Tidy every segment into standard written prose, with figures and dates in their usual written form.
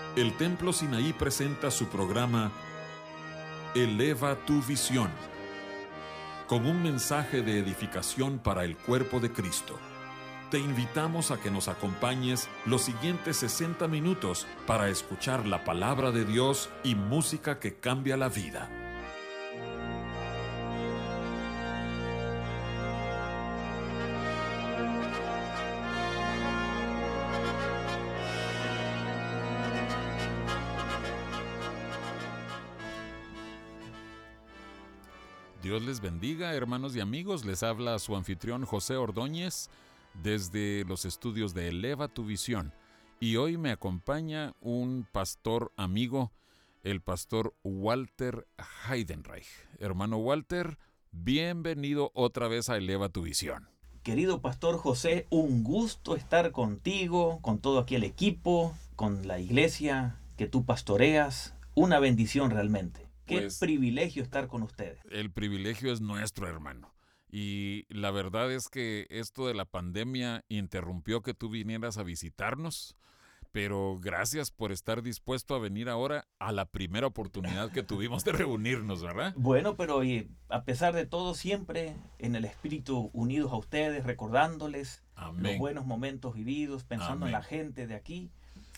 El Templo Sinaí presenta su programa Eleva tu visión, con un mensaje de edificación para el cuerpo de Cristo. Te invitamos a que nos acompañes los siguientes 60 minutos para escuchar la palabra de Dios y música que cambia la vida. Dios les bendiga, hermanos y amigos. Les habla su anfitrión José Ordóñez desde los estudios de Eleva tu Visión. Y hoy me acompaña un pastor amigo, el pastor Walter Heidenreich. Hermano Walter, bienvenido otra vez a Eleva tu Visión. Querido pastor José, un gusto estar contigo, con todo aquí el equipo, con la iglesia que tú pastoreas. Una bendición realmente. Qué privilegio estar con ustedes. El privilegio es nuestro, hermano. Y la verdad es que esto de la pandemia interrumpió que tú vinieras a visitarnos, pero gracias por estar dispuesto a venir ahora a la primera oportunidad que tuvimos de reunirnos, ¿verdad? Bueno, pero a pesar de todo, siempre en el espíritu unidos a ustedes, recordándoles los buenos momentos vividos, pensando en la gente de aquí.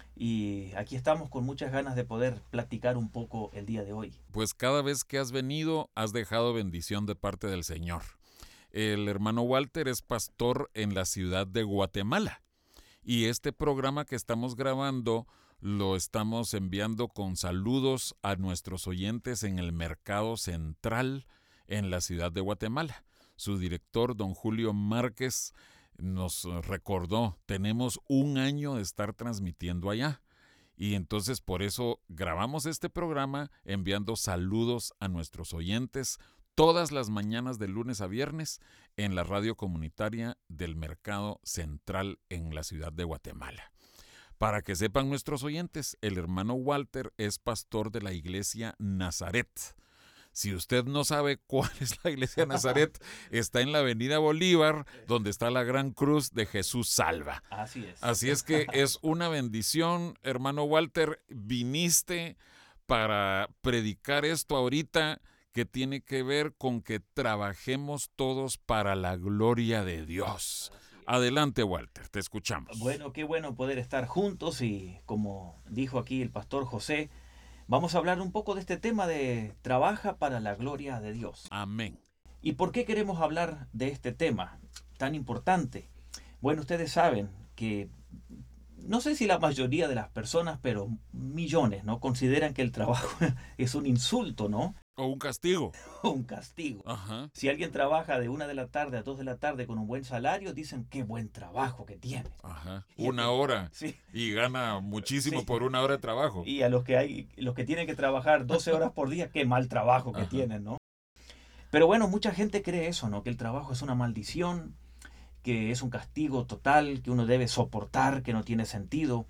Y aquí estamos con muchas ganas de poder platicar un poco el día de hoy. Pues cada vez que has venido, has dejado bendición de parte del Señor. El hermano Walter es pastor en la ciudad de Guatemala. Y este programa que estamos grabando lo estamos enviando con saludos a nuestros oyentes en el Mercado Central en la ciudad de Guatemala. Su director, don Julio Márquez, nos recordó, tenemos un año de estar transmitiendo allá. Y entonces por eso grabamos este programa enviando saludos a nuestros oyentes todas las mañanas de lunes a viernes en la radio comunitaria del Mercado Central en la ciudad de Guatemala. Para que sepan nuestros oyentes, el hermano Walter es pastor de la iglesia Nazaret. Si usted no sabe cuál es la iglesia Nazaret, está en la avenida Bolívar, donde está la gran cruz de Jesús Salva. Así es. Así es que es una bendición, hermano Walter. Viniste para predicar esto ahorita que tiene que ver con que trabajemos todos para la gloria de Dios. Adelante, Walter, te escuchamos. Bueno, qué bueno poder estar juntos y como dijo aquí el pastor José, vamos a hablar un poco de este tema de trabaja para la gloria de Dios. Amén. ¿Y por qué queremos hablar de este tema tan importante? Bueno, ustedes saben que, no sé si la mayoría de las personas, pero millones, ¿no? Consideran que el trabajo es un insulto, ¿no? O un castigo. Un castigo. Ajá. Si alguien trabaja de 1 de la tarde a 2 de la tarde con un buen salario, dicen qué buen trabajo que tiene. Ajá. Una hora. Sí. Y gana muchísimo Sí. por 1 hora de trabajo. Y a los que tienen que trabajar 12 horas por día, qué mal trabajo que tienen, ¿no? Pero bueno, mucha gente cree eso, ¿no? Que el trabajo es una maldición, que es un castigo total, que uno debe soportar, que no tiene sentido.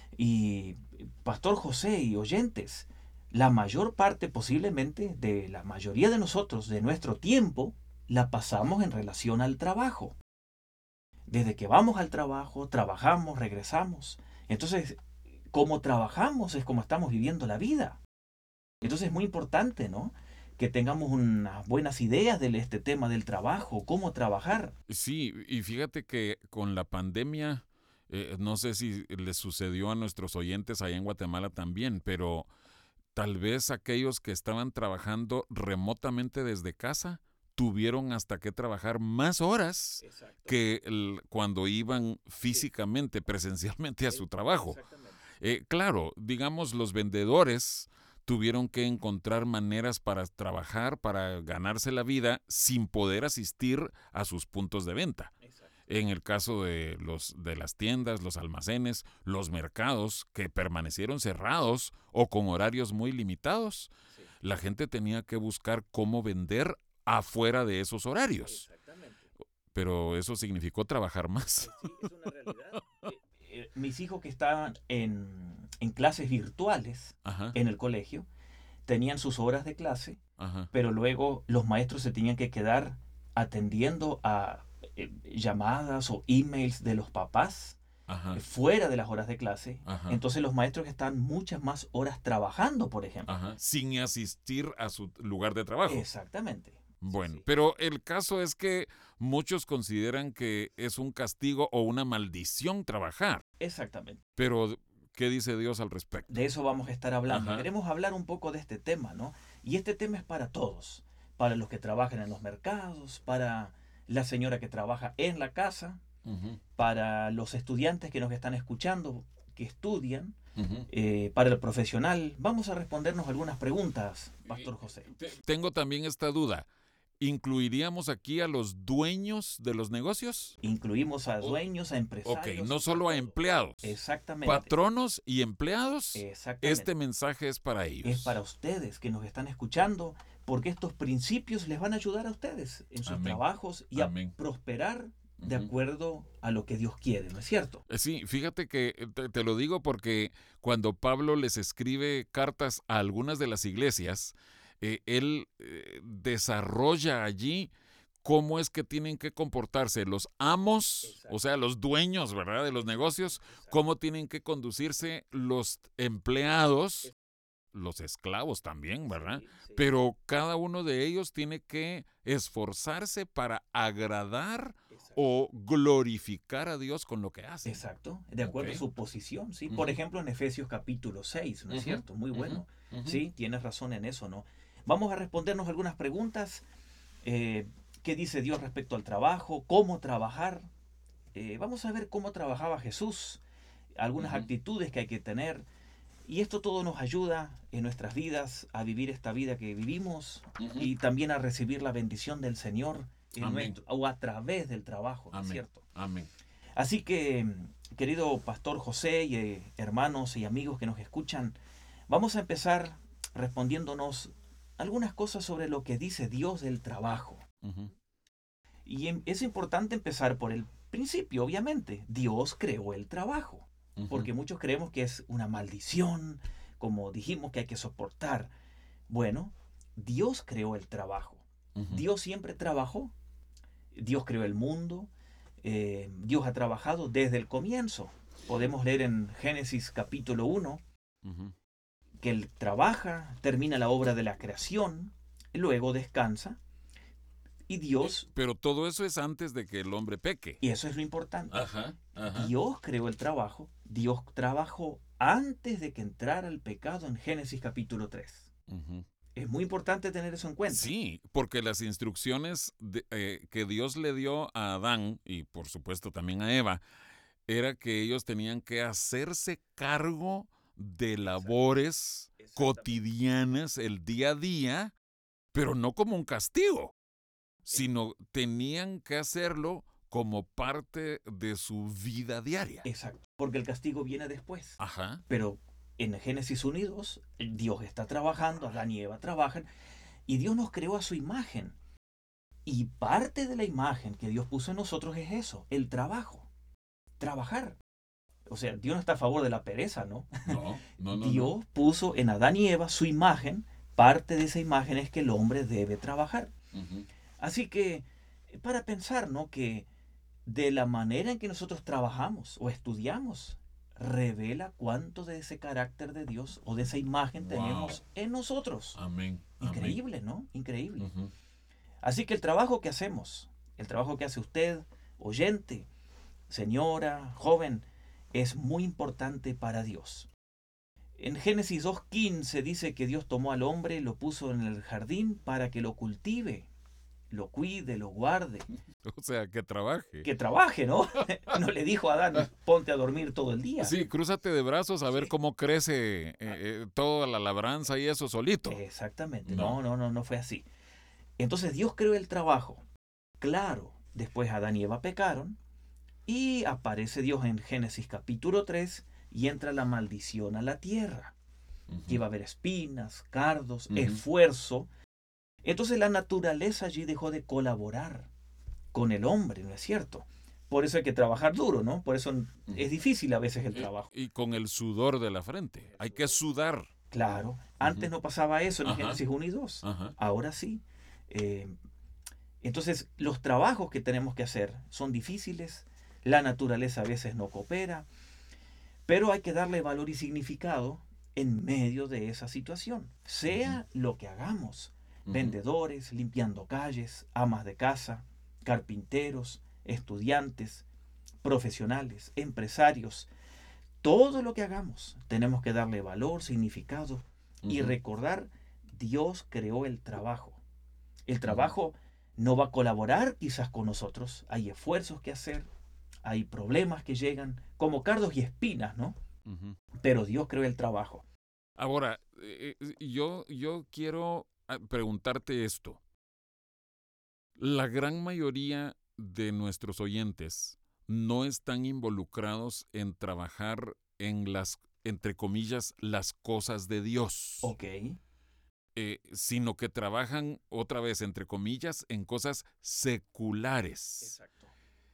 Y Pastor José y oyentes, la mayor parte posiblemente de la mayoría de nosotros, de nuestro tiempo, la pasamos en relación al trabajo. Desde que vamos al trabajo, trabajamos, regresamos. Entonces, como trabajamos es como estamos viviendo la vida. Entonces es muy importante, ¿no? Que tengamos unas buenas ideas de este tema del trabajo, cómo trabajar. Sí, y fíjate que con la pandemia, no sé si les sucedió a nuestros oyentes allá en Guatemala también, pero tal vez aquellos que estaban trabajando remotamente desde casa tuvieron hasta que trabajar más horas que cuando iban físicamente, presencialmente a su trabajo. Claro, digamos, los vendedores tuvieron que encontrar maneras para trabajar, para ganarse la vida sin poder asistir a sus puntos de venta. En el caso de las tiendas, los almacenes, los mercados que permanecieron cerrados o con horarios muy limitados, la gente tenía que buscar cómo vender afuera de esos horarios. Pero eso significó trabajar más. Sí, es una realidad. Mis hijos que estaban en clases virtuales en el colegio, tenían sus horas de clase, pero luego los maestros se tenían que quedar atendiendo a llamadas o emails de los papás Ajá, fuera de las horas de clase, ajá, entonces los maestros están muchas más horas trabajando, por ejemplo. ajá, sin asistir a su lugar de trabajo. Exactamente. Sí, Bueno, sí. pero el caso es que muchos consideran que es un castigo o una maldición trabajar. Exactamente. Pero, ¿qué dice Dios al respecto? De eso vamos a estar hablando. Ajá, Queremos hablar un poco de este tema, ¿no? Y este tema es para todos, para los que trabajan en los mercados, para la señora que trabaja en la casa, ujú, para los estudiantes que nos están escuchando, que estudian, ujú. para el profesional. Vamos a respondernos algunas preguntas, Y Pastor José. tengo también esta duda. ¿Incluiríamos aquí a los dueños de los negocios? Incluimos a O- dueños, a ok, empresarios. no a solo a todos. empleados. Exactamente. Patronos y empleados, Exactamente. este mensaje es para ellos. Es para ustedes que nos están escuchando, porque estos principios les van a ayudar a ustedes en sus Amén. trabajos y Amén. a prosperar de Ujú. acuerdo a lo que Dios quiere, ¿no es cierto? Sí, fíjate que te lo digo porque cuando Pablo les escribe cartas a algunas de las iglesias, él desarrolla allí cómo es que tienen que comportarse los amos, Exacto. o sea, los dueños, ¿verdad?, de los negocios, cómo tienen que conducirse los empleados, los esclavos también, ¿verdad? Sí, sí. Pero cada uno de ellos tiene que esforzarse para agradar Exacto. o glorificar a Dios con lo que hacen. Exacto, de acuerdo Ok. a su posición, ¿sí? Por Ujú. ejemplo, en Efesios capítulo 6, ¿no es Ujú, cierto? Muy ujú, bueno. ujú. Sí, tienes razón en eso, ¿no? Vamos a respondernos algunas preguntas. eh, ¿Qué dice Dios respecto al trabajo? ¿Cómo trabajar? Vamos a ver cómo trabajaba Jesús, algunas Ujú. actitudes que hay que tener. Y esto todo nos ayuda en nuestras vidas a vivir esta vida que vivimos Ujú. y también a recibir la bendición del Señor en Amén. nuestro, o a través del trabajo, ¿no es Amén. cierto? Amén. Así que, querido Pastor José y hermanos y amigos que nos escuchan, vamos a empezar respondiéndonos algunas cosas sobre lo que dice Dios del trabajo. Ujú. Y es importante empezar por el principio, obviamente. Dios creó el trabajo. Ujú. Porque muchos creemos que es una maldición, como dijimos que hay que soportar. Bueno, Dios creó el trabajo. Ujú. Dios siempre trabajó. Dios creó el mundo. Dios ha trabajado desde el comienzo. Podemos leer en Génesis capítulo 1 Ujú. que Él trabaja, termina la obra de la creación, luego descansa y Dios, Pero todo eso es antes de que el hombre peque. y eso es lo importante, Ajá, ajá. Dios creó el trabajo, Dios trabajó antes de que entrara el pecado en Génesis capítulo 3. Ujú. Es muy importante tener eso en cuenta. Sí, porque las instrucciones que Dios le dio a Adán y por supuesto también a Eva era que ellos tenían que hacerse cargo de labores cotidianas, el día a día, pero no como un castigo, sino tenían que hacerlo como parte de su vida diaria. Exacto, porque el castigo viene después. Ajá. Pero en Génesis 1 y 2, Dios está trabajando, Adán y Eva trabajan, y Dios nos creó a su imagen. Y parte de la imagen que Dios puso en nosotros es eso, el trabajo. Trabajar. O sea, Dios no está a favor de la pereza, ¿no? No, no, no, no. Dios puso en Adán y Eva su imagen. Parte de esa imagen es que el hombre debe trabajar. Ujú. Así que, para pensar, ¿no? Que de la manera en que nosotros trabajamos o estudiamos, revela cuánto de ese carácter de Dios o de esa imagen Wow. tenemos en nosotros. Amén. Increíble, ¿no? Increíble. Ujú. Así que el trabajo que hacemos, el trabajo que hace usted, oyente, señora, joven, es muy importante para Dios. En Génesis 2.15 dice que Dios tomó al hombre, lo puso en el jardín para que lo cultive, lo cuide, lo guarde, O sea, que trabaje. que trabaje, ¿no? No le dijo a Adán, ponte a dormir todo el día. Sí, crúzate de brazos a ver Sí. cómo crece toda la labranza y eso solito. Exactamente, No. no fue así. Entonces Dios creó el trabajo. Claro, después Adán y Eva pecaron y aparece Dios en Génesis capítulo 3 y entra la maldición a la tierra. Ujú. Que iba a haber espinas, cardos, Ujú. esfuerzo. Entonces la naturaleza allí dejó de colaborar con el hombre, ¿no es cierto? Por eso hay que trabajar duro, ¿no? Por eso es difícil a veces el trabajo. Y con el sudor de la frente. Hay que sudar. Claro, antes no pasaba eso en Ajá. Génesis 1 y 2. Ajá. Ahora sí. Entonces, los trabajos que tenemos que hacer son difíciles. la naturaleza a veces no coopera, pero hay que darle valor y significado en medio de esa situación, sea lo que hagamos. Vendedores, limpiando calles, amas de casa, carpinteros, estudiantes, profesionales, empresarios. Todo lo que hagamos tenemos que darle valor, significado y recordar, Dios creó el trabajo. El trabajo no va a colaborar quizás con nosotros. Hay esfuerzos que hacer, hay problemas que llegan, como cardos y espinas, ¿no? Pero Dios creó el trabajo. Ahora, yo quiero preguntarte esto. La gran mayoría de nuestros oyentes no están involucrados en trabajar en las, entre comillas, las cosas de Dios. Ok. Sino que trabajan, otra vez, entre comillas, en cosas seculares. Exacto.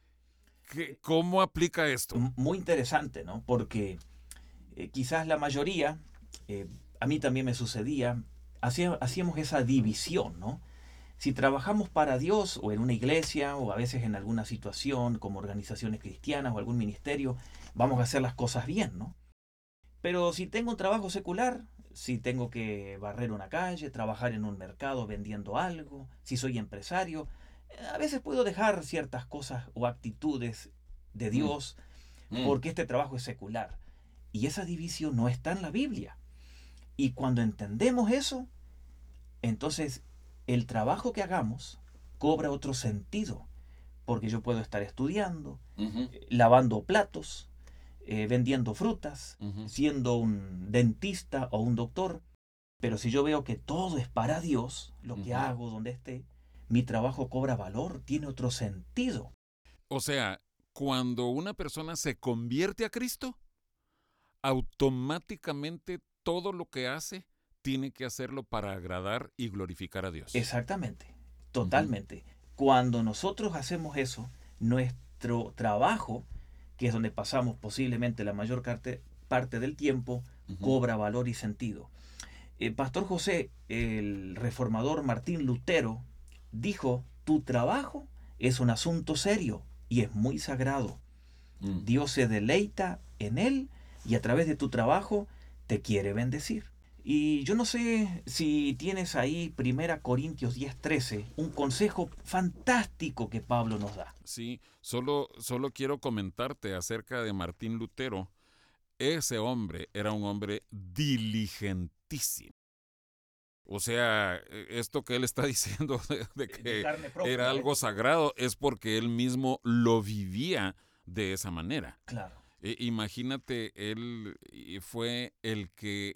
¿Cómo aplica esto? Muy interesante, ¿no? Porque quizás la mayoría, a mí también me sucedía, hacíamos esa división, ¿no? Si trabajamos para Dios o en una iglesia o a veces en alguna situación como organizaciones cristianas o algún ministerio, vamos a hacer las cosas bien, ¿no? Pero si tengo un trabajo secular, si tengo que barrer una calle, trabajar en un mercado vendiendo algo, si soy empresario, a veces puedo dejar ciertas cosas o actitudes de Dios porque este trabajo es secular. Y esa división no está en la Biblia. Y cuando entendemos eso, entonces el trabajo que hagamos cobra otro sentido, porque yo puedo estar estudiando, lavando platos, vendiendo frutas, siendo un dentista o un doctor, pero si yo veo que todo es para Dios, lo que hago, donde esté, mi trabajo cobra valor, tiene otro sentido. O sea, cuando una persona se convierte a Cristo, automáticamente todo lo que hace tiene que hacerlo para agradar y glorificar a Dios. Exactamente, totalmente. Cuando nosotros hacemos eso, nuestro trabajo, que es donde pasamos posiblemente la mayor parte del tiempo, cobra valor y sentido. Pastor José, el reformador Martín Lutero, dijo, tu trabajo es un asunto serio y es muy sagrado. Dios se deleita en él y a través de tu trabajo te quiere bendecir. Y yo no sé si tienes ahí 1 Corintios 10:13, un consejo fantástico que Pablo nos da. Sí, solo quiero comentarte acerca de Martín Lutero. Ese hombre era un hombre diligentísimo. O sea, esto que él está diciendo de que era algo sagrado es porque él mismo lo vivía de esa manera. Claro. Imagínate, él fue el que,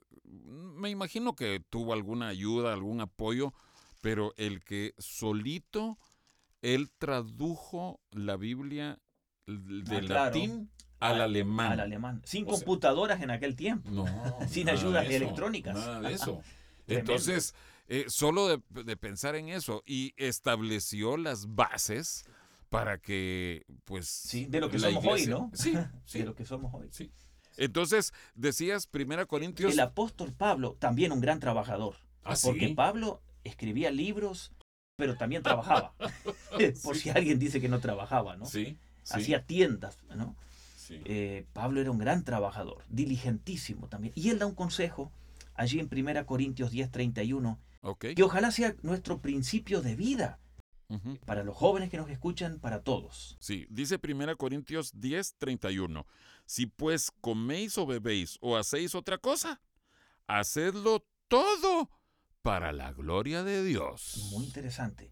me imagino que tuvo alguna ayuda, algún apoyo, pero el que solito, él tradujo la Biblia del latín al alemán. Al alemán. Sin computadoras en aquel tiempo. No. Sin ayudas electrónicas. Nada de eso. Entonces, solo de pensar en eso y estableció las bases para que, pues... Sí, de lo que somos iglesia, hoy, ¿no? Sí, sí. De lo que somos hoy. Sí. Entonces, decías 1 Corintios... El apóstol Pablo, también un gran trabajador. Porque Pablo escribía libros, pero también trabajaba. Por si alguien dice que no trabajaba, ¿no? Sí. Hacía tiendas, ¿no? Sí. Pablo era un gran trabajador, diligentísimo también. Y él da un consejo allí en 1 Corintios 10:31, que ojalá sea nuestro principio de vida. Para los jóvenes que nos escuchan, para todos. Sí, dice 1 Corintios 10:31. Si pues coméis o bebéis o hacéis otra cosa, hacedlo todo para la gloria de Dios. Muy interesante.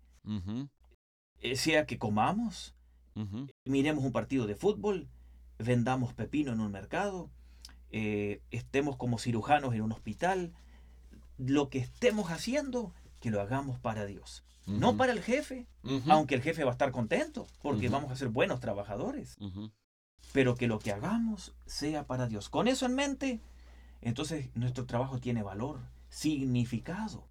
Sea que comamos, miremos un partido de fútbol, vendamos pepino en un mercado, estemos como cirujanos en un hospital, lo que estemos haciendo, que lo hagamos para Dios. No para el jefe, aunque el jefe va a estar contento, porque vamos a ser buenos trabajadores. Pero que lo que hagamos sea para Dios. Con eso en mente, entonces nuestro trabajo tiene valor, significado.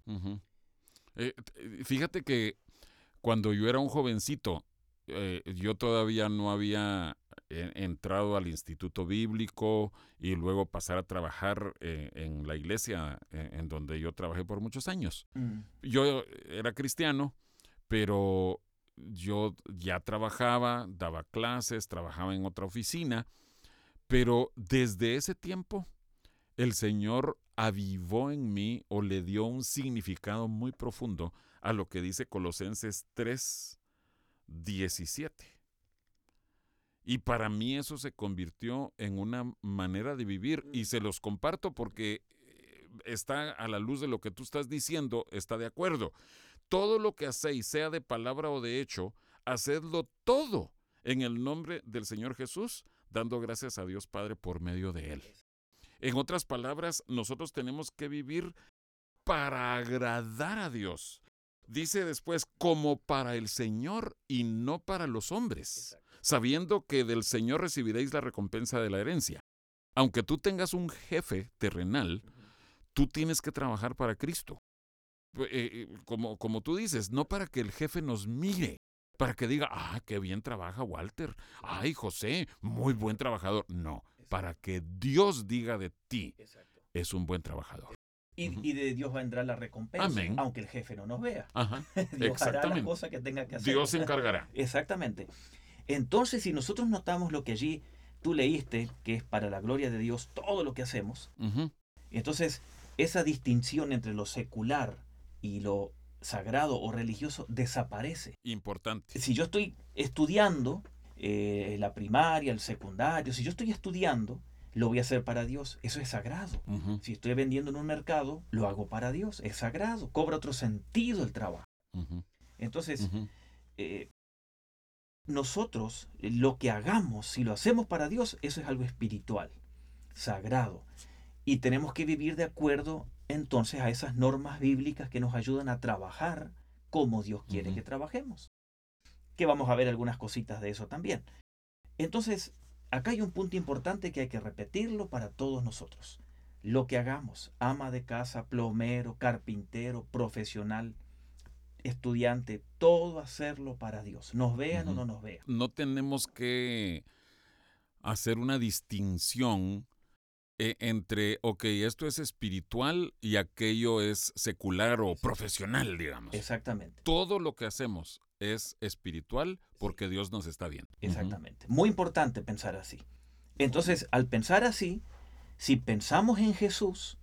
Fíjate que cuando yo era un jovencito, yo todavía no había entrado al instituto bíblico y luego pasar a trabajar en la iglesia en donde yo trabajé por muchos años. Yo era cristiano, pero yo ya trabajaba, daba clases, trabajaba en otra oficina, pero desde ese tiempo el Señor avivó en mí o le dio un significado muy profundo a lo que dice Colosenses 3:17. Y para mí eso se convirtió en una manera de vivir y se los comparto porque está a la luz de lo que tú estás diciendo, está de acuerdo. Todo lo que hacéis, sea de palabra o de hecho, hacedlo todo en el nombre del Señor Jesús, dando gracias a Dios Padre por medio de Él. En otras palabras, nosotros tenemos que vivir para agradar a Dios. Dice después, como para el Señor y no para los hombres, sabiendo que del Señor recibiréis la recompensa de la herencia. Aunque tú tengas un jefe terrenal, tú tienes que trabajar para Cristo. Como tú dices, no para que el jefe nos mire, para que diga, qué bien trabaja Walter, ay, José, muy buen trabajador. No, para que Dios diga de ti, es un buen trabajador. Y de Dios vendrá la recompensa, Amén. aunque el jefe no nos vea. Ajá, Dios hará las cosas que tenga que hacer. Dios se encargará. Exactamente. Entonces, si nosotros notamos lo que allí tú leíste, que es para la gloria de Dios todo lo que hacemos, entonces esa distinción entre lo secular y lo sagrado o religioso desaparece. Importante. Si yo estoy estudiando la primaria, el secundario, si yo estoy estudiando, lo voy a hacer para Dios. Eso es sagrado. Si estoy vendiendo en un mercado, lo hago para Dios. Es sagrado. Cobra otro sentido el trabajo. Entonces, nosotros, lo que hagamos, si lo hacemos para Dios, eso es algo espiritual, sagrado. Y tenemos que vivir de acuerdo entonces a esas normas bíblicas que nos ayudan a trabajar como Dios quiere que trabajemos. Que vamos a ver algunas cositas de eso también. Entonces, acá hay un punto importante que hay que repetirlo para todos nosotros. Lo que hagamos, ama de casa, plomero, carpintero, profesional, estudiante, todo hacerlo para Dios. Nos vean o no nos vean. No tenemos que hacer una distinción entre, esto es espiritual y aquello es secular o profesional, digamos. Exactamente. Todo lo que hacemos es espiritual porque Dios nos está viendo. Exactamente. Muy importante pensar así. Entonces, al pensar así, si pensamos en Jesús,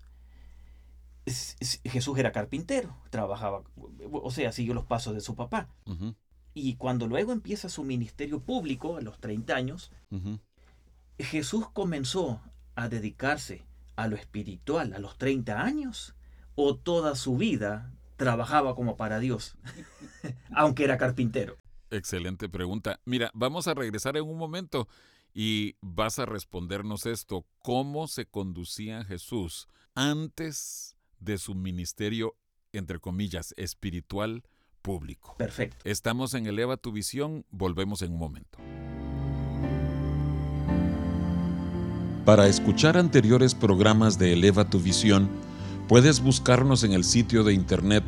Jesús era carpintero, trabajaba, o sea, siguió los pasos de su papá. Y cuando luego empieza su ministerio público, a los 30 años, Jesús comenzó a dedicarse a lo espiritual a los 30 años, o toda su vida trabajaba como para Dios, aunque era carpintero. Excelente pregunta. Mira, vamos a regresar en un momento y vas a respondernos esto. ¿Cómo se conducía Jesús antes de su ministerio, entre comillas, espiritual público? Perfecto. Estamos en Eleva tu Visión. Volvemos en un momento. Para escuchar anteriores programas de Eleva tu Visión, puedes buscarnos en el sitio de internet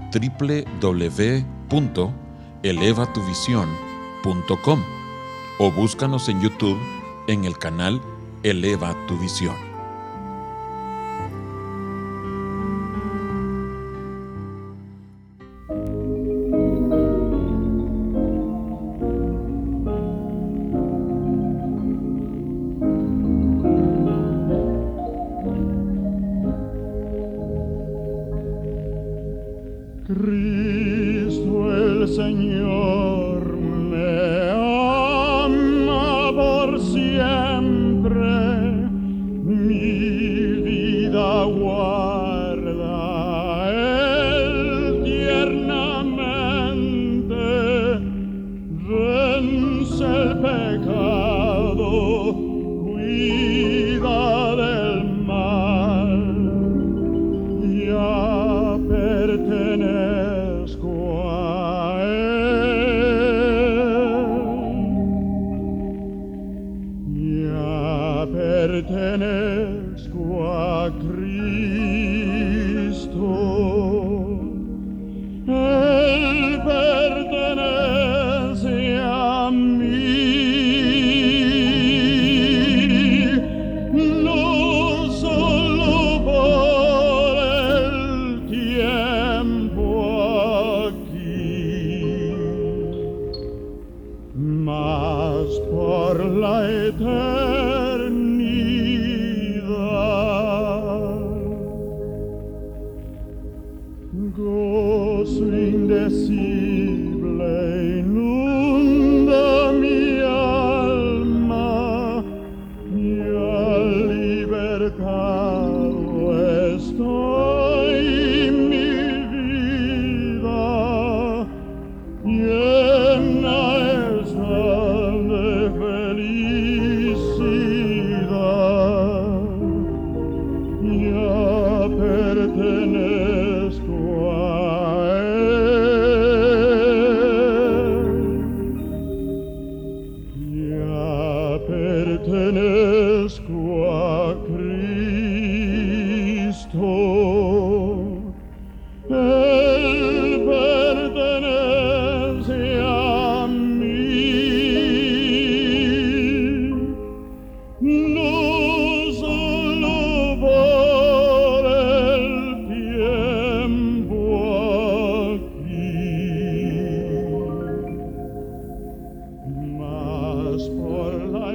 www.elevatuvision.com o búscanos en YouTube en el canal Eleva tu Visión. Cristo el Señor me ama por siempre, mi vida guarda Él tiernamente, vence el pecado, cuida del mal, ya pertenezco a Él. Gozo indecible inunda mi alma, y al libertado estoy mi vida, llena está de felicidad, ya pertenezco a pertenezco a Cristo, Él pertenece a mí, no solo por el tiempo aquí, mas por la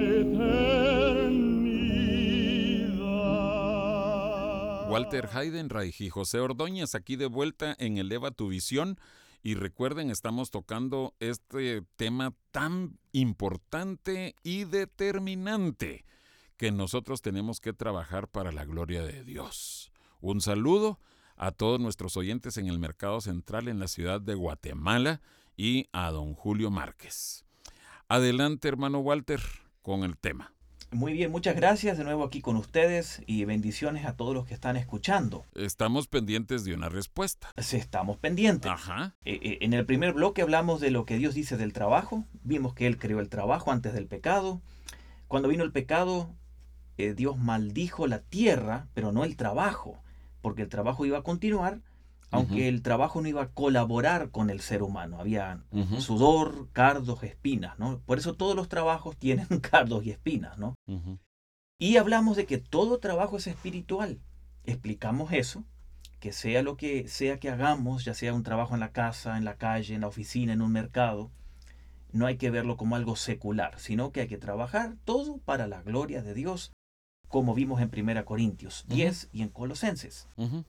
eternidad. Walter Heidenreich y José Ordóñez aquí de vuelta en Eleva tu Visión. Y recuerden, estamos tocando este tema tan importante y determinante que nosotros tenemos que trabajar para la gloria de Dios. Un saludo a todos nuestros oyentes en el Mercado Central en la ciudad de Guatemala y a don Julio Márquez. Adelante, hermano Walter, con el tema. Muy bien, muchas gracias de nuevo aquí con ustedes y bendiciones a todos los que están escuchando. Estamos pendientes de una respuesta. Estamos pendientes. Ajá. En el primer bloque hablamos de lo que Dios dice del trabajo. Vimos que Él creó el trabajo antes del pecado. Cuando vino el pecado, Dios maldijo la tierra, pero no el trabajo, porque el trabajo iba a continuar, aunque el trabajo no iba a colaborar con el ser humano. Había sudor, cardos, espinas, ¿no? Por eso todos los trabajos tienen cardos y espinas, ¿no? Y hablamos de que todo trabajo es espiritual. Explicamos eso, que sea lo que sea que hagamos, ya sea un trabajo en la casa, en la calle, en la oficina, en un mercado, no hay que verlo como algo secular, sino que hay que trabajar todo para la gloria de Dios, como vimos en 1 Corintios 10 y en Colosenses.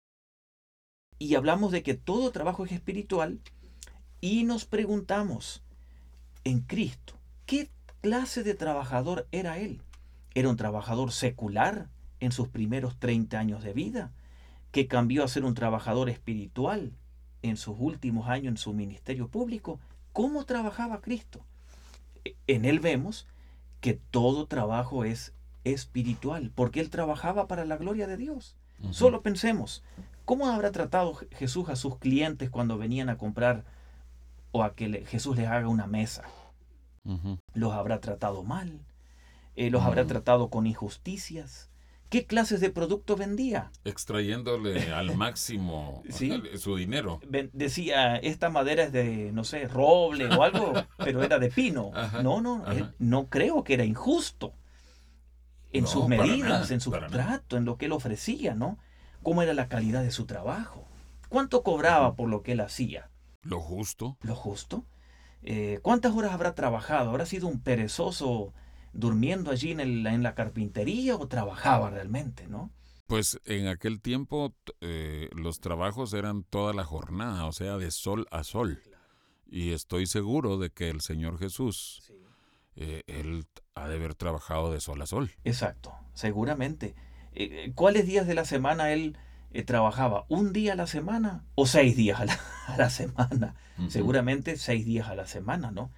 Y hablamos de que todo trabajo es espiritual y nos preguntamos, en Cristo, ¿qué clase de trabajador era Él? ¿Era un trabajador secular en sus primeros 30 años de vida, que cambió a ser un trabajador espiritual en sus últimos años en su ministerio público? ¿Cómo trabajaba Cristo? En Él vemos que todo trabajo es espiritual, porque Él trabajaba para la gloria de Dios. Solo pensemos, ¿cómo habrá tratado Jesús a sus clientes cuando venían a comprar o a que Jesús les haga una mesa? ¿Los habrá tratado mal? ¿Los habrá tratado con injusticias? ¿Qué clases de producto vendía? Extrayéndole al máximo ¿Sí? su dinero. Decía, esta madera es de, no sé, roble o algo, pero era de pino. No creo que era injusto en sus medidas, en su trato, en lo que él ofrecía, ¿no? ¿Cómo era la calidad de su trabajo? ¿Cuánto cobraba por lo que él hacía? Lo justo. ¿Lo justo? ¿Cuántas horas habrá trabajado? ¿Habrá sido un perezoso durmiendo allí en la carpintería o trabajaba realmente, no? Pues en aquel tiempo los trabajos eran toda la jornada, o sea, de sol a sol. Y estoy seguro de que el Señor Jesús, Él ha de haber trabajado de sol a sol. Exacto, seguramente. ¿Cuáles días de la semana Él trabajaba? ¿Un día a la semana o 6 días a la semana? Seguramente 6 días a la semana, ¿no?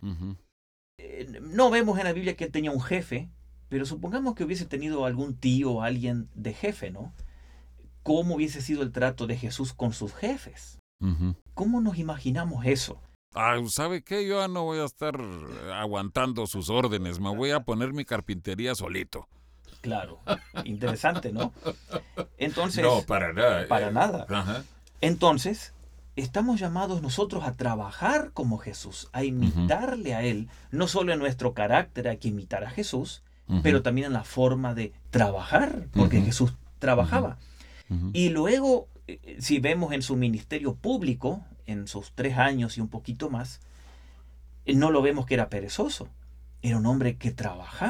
No vemos en la Biblia que él tenía un jefe, pero supongamos que hubiese tenido algún tío o alguien de jefe, ¿no? ¿Cómo hubiese sido el trato de Jesús con sus jefes? ¿Cómo nos imaginamos eso? ¿Sabe qué? Yo ya no voy a estar aguantando sus órdenes, me voy a poner mi carpintería solito. Claro, interesante, ¿no? Entonces, no, para nada. Para nada. Entonces, estamos llamados nosotros a trabajar como Jesús, a imitarle a Él, no solo en nuestro carácter hay que imitar a Jesús, pero también en la forma de trabajar, porque Jesús trabajaba. Y luego, si vemos en su ministerio público, en sus 3 años y un poquito más, no lo vemos que era perezoso, era un hombre que trabajaba.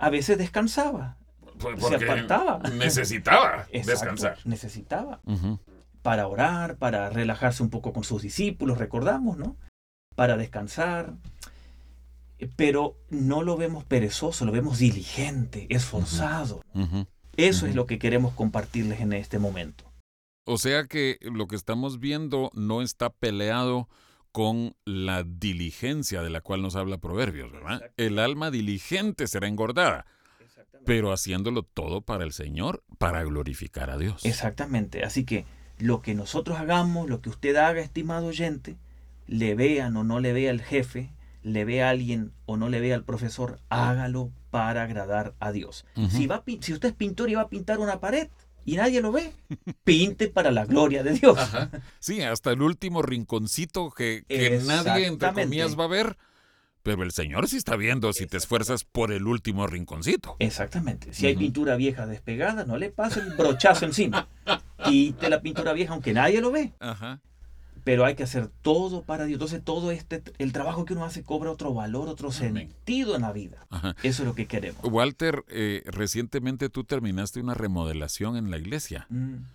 a veces descansaba, se apartaba. Necesitaba Exacto, descansar. necesitaba. Ujú. Para orar, para relajarse un poco con sus discípulos, recordamos, ¿no? Para descansar. Pero no lo vemos perezoso, lo vemos diligente, esforzado. Ujú. Eso es Ujú. lo que queremos compartirles en este momento. O sea que lo que estamos viendo no está peleado con la diligencia de la cual nos habla Proverbios, ¿verdad? Exacto. El alma diligente será engordada, pero haciéndolo todo para el Señor, para glorificar a Dios. Exactamente. Así que lo que nosotros hagamos, lo que usted haga, estimado oyente, le vean o no le vea el jefe, le vea a alguien o no le vea al profesor, hágalo para agradar a Dios. Ujú. Si usted es pintor y va a pintar una pared y nadie lo ve, pinte para la gloria de Dios. Ajá. Sí, hasta el último rinconcito que nadie, entre Exactamente. comillas, va a ver, pero el Señor sí está viendo si te esfuerzas por el último rinconcito. Exactamente. Si hay Ujú. pintura vieja despegada, no le pase el brochazo encima. Quite la pintura vieja aunque nadie lo ve. Ajá. Pero hay que hacer todo para Dios. Entonces todo el trabajo que uno hace cobra otro valor, otro Amén. sentido en la vida. Ajá. Eso es lo que queremos. Walter, recientemente tú terminaste una remodelación en la iglesia.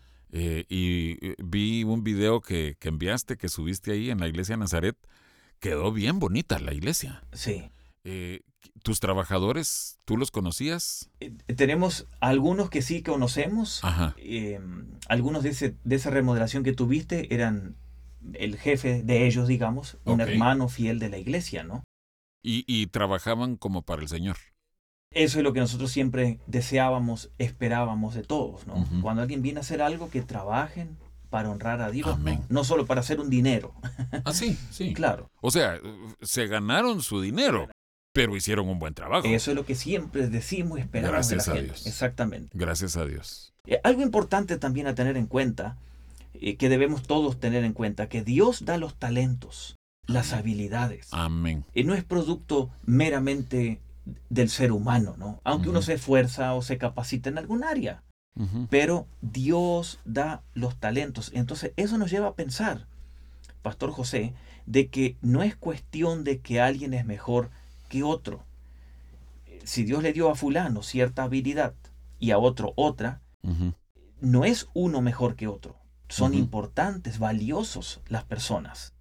Vi un video que enviaste, que subiste ahí en la iglesia de Nazaret. Quedó bien bonita la iglesia. Sí. ¿Tus trabajadores, tú los conocías? Tenemos algunos que sí conocemos. Ajá. Algunos de esa remodelación que tuviste eran el jefe de ellos, digamos, un Ok. hermano fiel de la iglesia, ¿no? Y trabajaban como para el Señor. Eso es lo que nosotros siempre deseábamos, esperábamos de todos, ¿no? Ujú. Cuando alguien viene a hacer algo, que trabajen para honrar a Dios, ¿no? Amén. No solo para hacer un dinero. Ah, sí, sí. Claro, O sea, se ganaron su dinero, pero hicieron un buen trabajo. eso es lo que siempre decimos y esperamos Gracias de a la gente. Dios. Exactamente. Gracias a Dios. Algo importante también a tener en cuenta, que debemos todos tener en cuenta, que Dios da los talentos, las habilidades. Amén. Y no es producto meramente del ser humano, ¿no? Aunque uno Ujú. se esfuerza o se capacita en algún área. Ujú. Pero Dios da los talentos. Entonces eso nos lleva a pensar, Pastor José, de que no es cuestión de que alguien es mejor que otro. Si Dios le dio a fulano cierta habilidad y a otro otra, Ujú. no es uno mejor que otro. Son Ujú. importantes, valiosos las personas.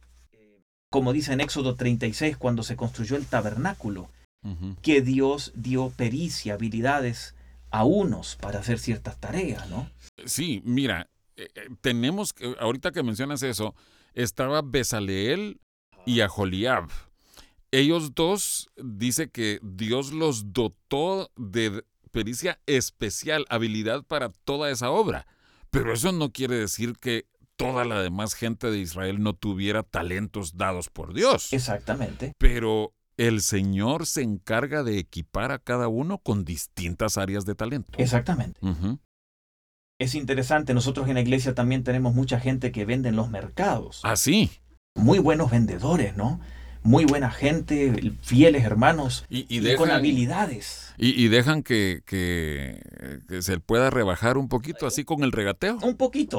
Como dice en Éxodo 36, cuando se construyó el tabernáculo, Ujú. que Dios dio pericia, habilidades a unos para hacer ciertas tareas, ¿no? Sí, mira, tenemos que, ahorita que mencionas eso, estaba Bezaleel y Aholiab. Ellos dos, dice que Dios los dotó de pericia especial, habilidad para toda esa obra. Pero eso no quiere decir que toda la demás gente de Israel no tuviera talentos dados por Dios. Exactamente. Pero el Señor se encarga de equipar a cada uno con distintas áreas de talento. Exactamente. Ujú. Es interesante, nosotros en la iglesia también tenemos mucha gente que vende en los mercados. Ah, sí. Muy buenos vendedores, ¿no? Muy buena gente, fieles hermanos Y y con dejan, habilidades. y dejan que se pueda rebajar un poquito así con el regateo. Un poquito.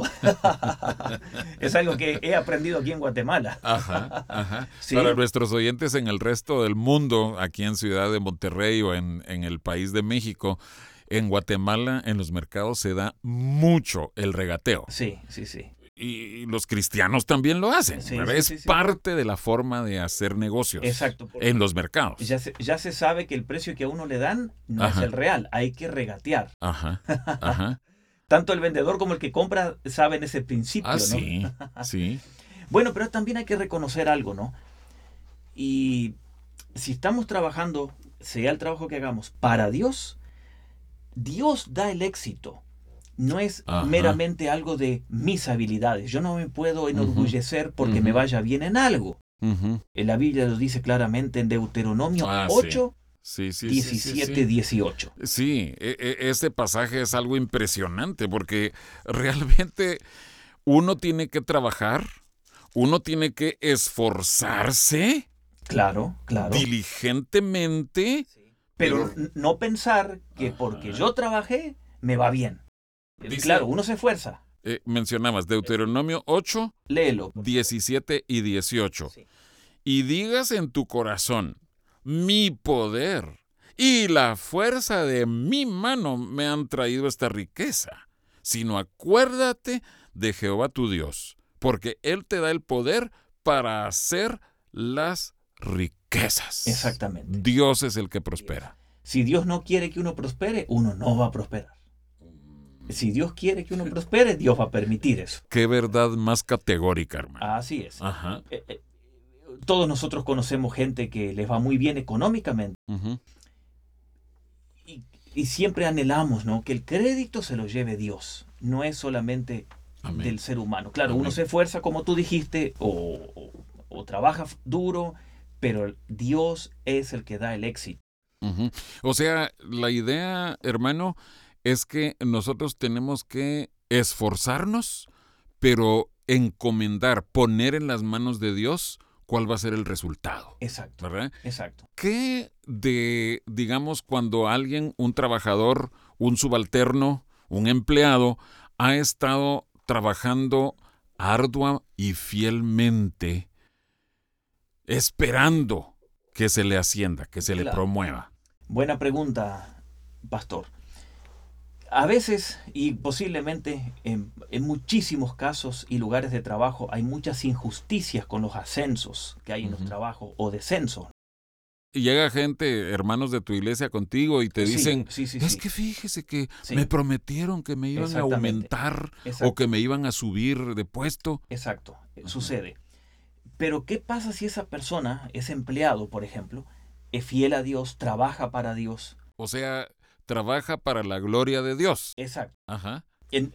Es algo que he aprendido aquí en Guatemala. Ajá, ajá. Sí. Para nuestros oyentes en el resto del mundo, aquí en Ciudad de Monterrey o en el país de México, en Guatemala, en los mercados se da mucho el regateo. Sí, sí, sí. Y los cristianos también lo hacen. Sí, ¿verdad? sí, Es sí, sí. parte de la forma de hacer negocios Exacto. porque en los mercados. ya se sabe que el precio que a uno le dan no Ajá. es el real. Hay que regatear. Ajá, ajá. Tanto el vendedor como el que compra saben ese principio, Ah, ¿no? sí, sí. Bueno, pero también hay que reconocer algo, ¿no? Y si estamos trabajando, sea el trabajo que hagamos, para Dios, Dios da el éxito. No es Ajá. meramente algo de mis habilidades. Yo no me puedo enorgullecer porque me Ujú. vaya bien en algo. Ujú. La Biblia lo dice claramente en Deuteronomio Ah, sí. 8, Sí, sí, 17, sí, sí. 18. Sí, ese pasaje es algo impresionante porque realmente uno tiene que trabajar, uno tiene que esforzarse Claro, claro. diligentemente. Pero pero- no pensar que porque Ajá. yo trabajé, me va bien. Dice- Claro, uno se esfuerza. Mencionabas Deuteronomio 8, Léelo. 17 y 18. Sí. Y digas en tu corazón, mi poder y la fuerza de mi mano me han traído esta riqueza, sino acuérdate de Jehová tu Dios, porque Él te da el poder para hacer las riquezas. Exactamente. Dios es el que prospera. Si Dios no quiere que uno prospere, uno no va a prosperar. Si Dios quiere que uno prospere, Dios va a permitir eso. Qué verdad más categórica, hermano. Así es. Ajá. Todos nosotros conocemos gente que les va muy bien económicamente Ujú. y siempre anhelamos, ¿no?, que el crédito se lo lleve Dios. No es solamente Amén. del ser humano. Claro, Amén. uno se esfuerza, como tú dijiste, o trabaja duro, pero Dios es el que da el éxito. Ujú. O sea, la idea, hermano, es que nosotros tenemos que esforzarnos, pero encomendar, poner en las manos de Dios cuál va a ser el resultado, Exacto, ¿verdad? exacto. ¿Qué de, digamos, cuando alguien, un trabajador, un subalterno, un empleado, ha estado trabajando ardua y fielmente, esperando que se le ascienda, que se le Claro. promueva? Buena pregunta, pastor. A veces, y posiblemente en muchísimos casos y lugares de trabajo, hay muchas injusticias con los ascensos que hay en los Ujú. trabajos o descensos. Y llega gente, hermanos de tu iglesia contigo y te Sí, dicen, sí, sí, es sí. que fíjese que Sí. me prometieron que me iban a Exactamente. aumentar o Exacto. que me iban a subir de puesto. Exacto, Ajá. sucede. Pero ¿qué pasa si esa persona, ese empleado, por ejemplo, es fiel a Dios, trabaja para Dios? O sea, trabaja para la gloria de Dios. Exacto. Ajá,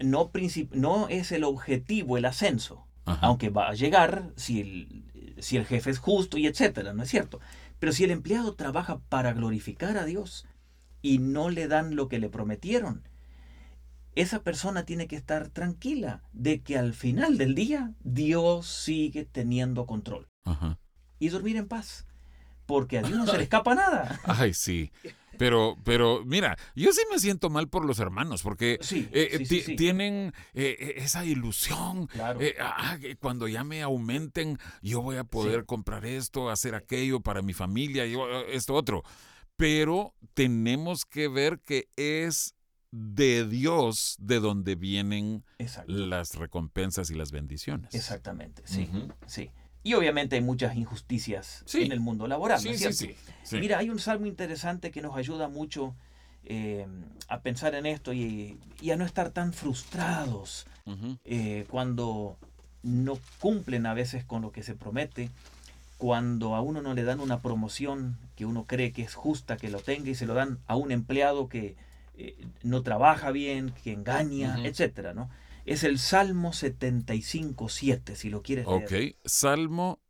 No es el objetivo el ascenso, ajá. aunque va a llegar si el jefe es justo y etcétera, ¿no es cierto? Pero si el empleado trabaja para glorificar a Dios y no le dan lo que le prometieron, esa persona tiene que estar tranquila de que al final del día Dios sigue teniendo control Ajá. y dormir en paz, porque a Dios no se le escapa nada. Ay, sí. Pero mira, yo sí me siento mal por los hermanos, porque Sí, sí. tienen esa ilusión. Claro. Que cuando ya me aumenten, yo voy a poder Sí. comprar esto, hacer aquello para mi familia, esto otro. Pero tenemos que ver que es de Dios de donde vienen Exacto. las recompensas y las bendiciones. Exactamente, sí, Ujú. sí. Y obviamente hay muchas injusticias Sí. en el mundo laboral, ¿no Sí, es sí, cierto? sí. Mira, hay un salmo interesante que nos ayuda mucho a pensar en esto y a no estar tan frustrados Ujú. cuando no cumplen a veces con lo que se promete, cuando a uno no le dan una promoción que uno cree que es justa que lo tenga y se lo dan a un empleado que no trabaja bien, que engaña, Ujú. etcétera, ¿no? Es el Salmo 75:7, si lo quieres leer. Ok, Salmo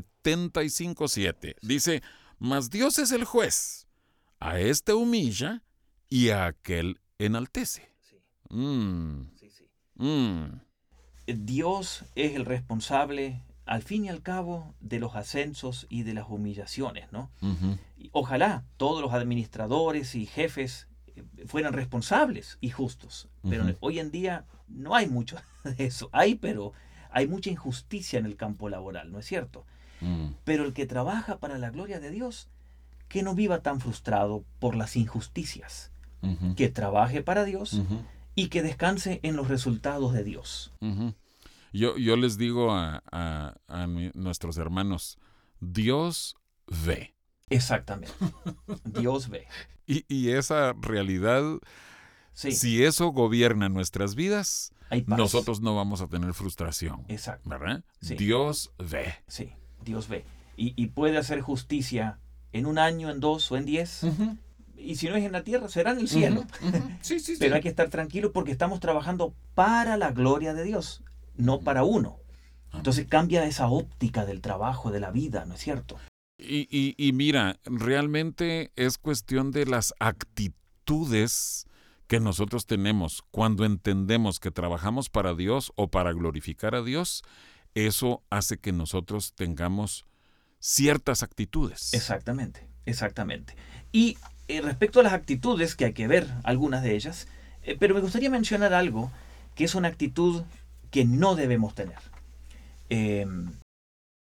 75:7. Dice, mas Dios es el juez, a este humilla y a aquel enaltece. Sí, Mm, sí. mm. Dios es el responsable, al fin y al cabo, de los ascensos y de las humillaciones, ¿no? Ujú. Y ojalá todos los administradores y jefes fueran responsables y justos, pero Ujú. hoy en día no hay mucho de eso. Pero hay mucha injusticia en el campo laboral, ¿no es cierto? Mm. Pero el que trabaja para la gloria de Dios, que no viva tan frustrado por las injusticias, Ujú. que trabaje para Dios Ujú. y que descanse en los resultados de Dios. Ujú. Yo les digo a nuestros hermanos, Dios ve. Exactamente. Dios ve. Y esa realidad, Sí, si eso gobierna nuestras vidas, hay paz. nosotros no vamos a tener frustración, Exacto. ¿verdad? Sí. Dios ve. Sí, Dios ve. Y puede hacer justicia en un año, en 2 o en 10. Y si no es en la tierra, será en el cielo. Sí, sí, Pero hay que estar tranquilo porque estamos trabajando para la gloria de Dios, no para uno. Entonces cambia esa óptica del trabajo, de la vida, ¿no es cierto? Y mira, realmente es cuestión de las actitudes que nosotros tenemos cuando entendemos que trabajamos para Dios o para glorificar a Dios. Eso hace que nosotros tengamos ciertas actitudes. Exactamente, exactamente. Y respecto a las actitudes, que hay que ver algunas de ellas, pero me gustaría mencionar algo que es una actitud que no debemos tener.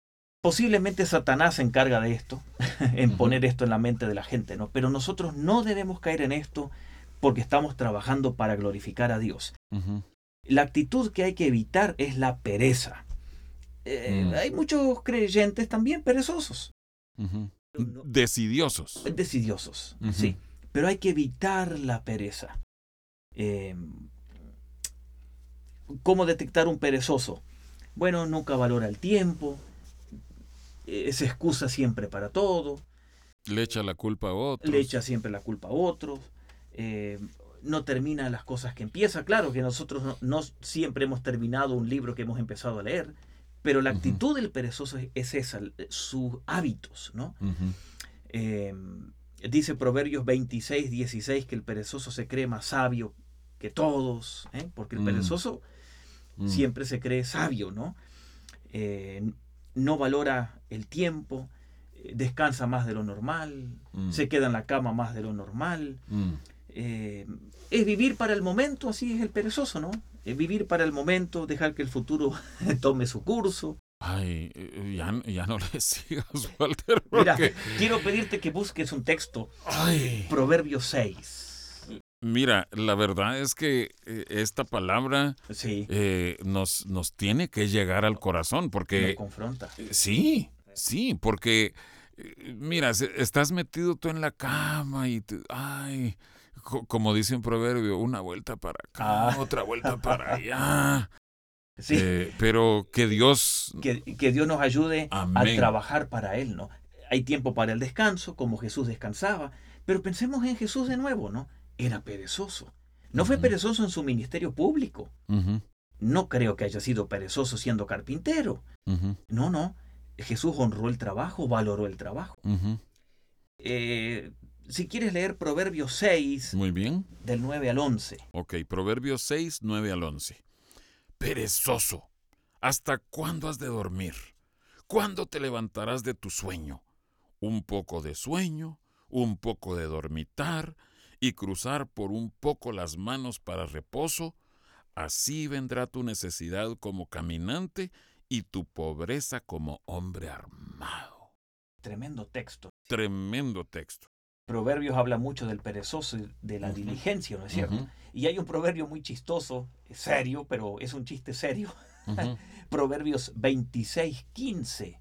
Posiblemente Satanás se encarga de esto, en poner esto en la mente de la gente, ¿no? Pero nosotros no debemos caer en esto porque estamos trabajando para glorificar a Dios. La actitud que hay que evitar es la pereza. Hay muchos creyentes también perezosos. Decidiosos. Decidiosos, sí. Pero hay que evitar la pereza. ¿Cómo detectar un perezoso? Bueno, nunca valora el tiempo, se excusa siempre para todo. Le echa la culpa a otros. Le echa siempre la culpa a otros. No termina las cosas que empieza. Claro que nosotros no siempre hemos terminado un libro que hemos empezado a leer, pero la actitud del perezoso es esa, sus hábitos, ¿no? Dice Proverbios 26:16 que el perezoso se cree más sabio que todos, porque el perezoso siempre se cree sabio, ¿no? No valora el tiempo, descansa más de lo normal, se queda en la cama más de lo normal. Es vivir para el momento, así es el perezoso, ¿no? Es vivir para el momento, dejar que el futuro tome su curso. Ay, ya no le sigas, Walter. Mira, quiero pedirte que busques un texto. Proverbios 6. Mira, la verdad es que esta palabra nos tiene que llegar al corazón, porque... Me confronta. Sí, porque, mira, estás metido tú en la cama y... como dice un proverbio, una vuelta para acá, otra vuelta para allá. Sí. Pero que Dios... Que Dios nos ayude Amén. a trabajar para Él, ¿no? Hay tiempo para el descanso, como Jesús descansaba. Pero pensemos en Jesús de nuevo, ¿no? Era perezoso. No fue perezoso en su ministerio público. No creo que haya sido perezoso siendo carpintero. No. Jesús honró el trabajo, valoró el trabajo. Si quieres leer Proverbios 6, muy bien, del 9 al 11. Ok, Proverbios 6, 9 al 11. Perezoso, ¿hasta cuándo has de dormir? ¿Cuándo te levantarás de tu sueño? Un poco de sueño, un poco de dormitar y cruzar por un poco las manos para reposo. Así vendrá tu necesidad como caminante y tu pobreza como hombre armado. Tremendo texto. Tremendo texto. Proverbios habla mucho del perezoso y de la diligencia, ¿no es cierto? Y hay un proverbio muy chistoso, serio, pero es un chiste serio. Proverbios 26:15.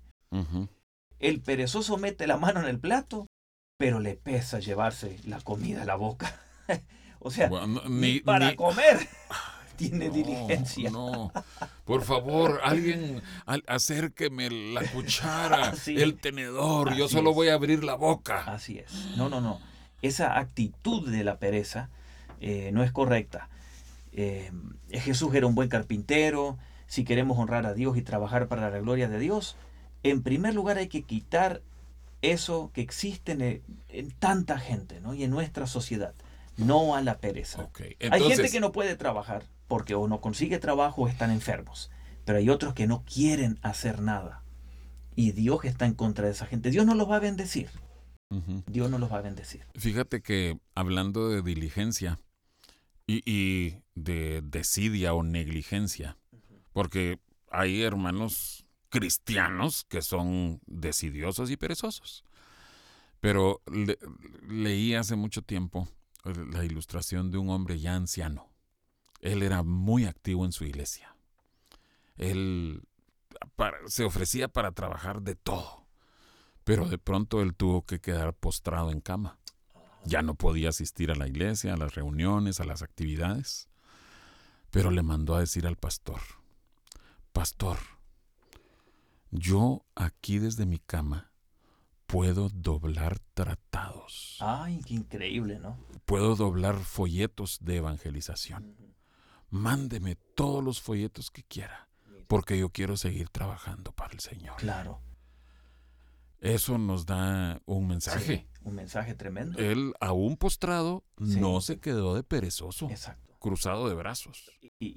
El perezoso mete la mano en el plato, pero le pesa llevarse la comida a la boca. O sea, bueno, ni para comer tiene diligencia. No, por favor, alguien acérqueme la cuchara, el tenedor, yo solo voy a abrir la boca. Así es. No. Esa actitud de la pereza no es correcta. Jesús era un buen carpintero. Si queremos honrar a Dios y trabajar para la gloria de Dios, en primer lugar hay que quitar eso que existe en tanta gente, ¿no? Y en nuestra sociedad. No a la pereza. Entonces, hay gente que no puede trabajar porque o no consigue trabajo o están enfermos. Pero hay otros que no quieren hacer nada. Y Dios está en contra de esa gente. Dios no los va a bendecir. Dios no los va a bendecir. Fíjate que hablando de diligencia y de desidia o negligencia, porque hay hermanos cristianos que son desidiosos y perezosos. Pero leí hace mucho tiempo la ilustración de un hombre ya anciano. Él era muy activo en su iglesia. Él se ofrecía para trabajar de todo, pero de pronto él tuvo que quedar postrado en cama. Ya no podía asistir a la iglesia, a las reuniones, a las actividades. Pero le mandó a decir al pastor: Pastor, yo aquí desde mi cama puedo doblar tratados. Ay, qué increíble, ¿no? Puedo doblar folletos de evangelización. Mándeme todos los folletos que quiera, porque yo quiero seguir trabajando para el Señor. Claro. Eso nos da un mensaje. Sí, un mensaje tremendo. Él, aún postrado, no se quedó de perezoso. Exacto. Cruzado de brazos.